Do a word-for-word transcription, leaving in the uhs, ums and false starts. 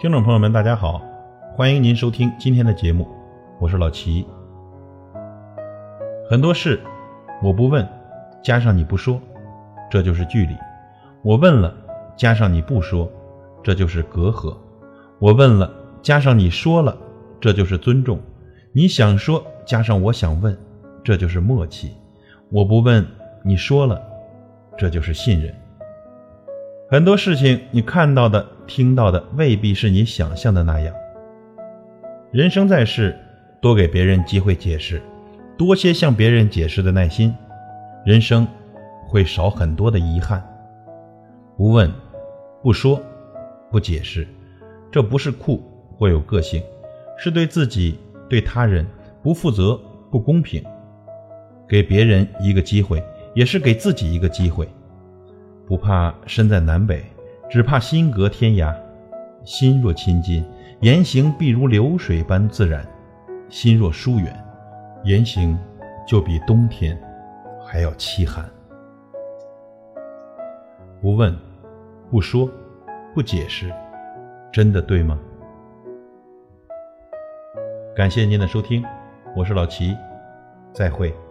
听众朋友们大家好，欢迎您收听今天的节目，我是老齐。很多事我不问，加上你不说，这就是距离；我问了，加上你不说，这就是隔阂；我问了，加上你说了，这就是尊重；你想说，加上我想问，这就是默契；我不问，你说了，这就是信任。很多事情你看到的听到的未必是你想象的那样。人生在世，多给别人机会解释，多些向别人解释的耐心，人生会少很多的遗憾。不问不说不解释，这不是酷或有个性，是对自己对他人不负责不公平。给别人一个机会，也是给自己一个机会。不怕身在南北，只怕心隔天涯。心若亲近，言行必如流水般自然；心若疏远，言行就比冬天还要凄寒。不问不说不解释，真的对吗？感谢您的收听，我是老齐，再会。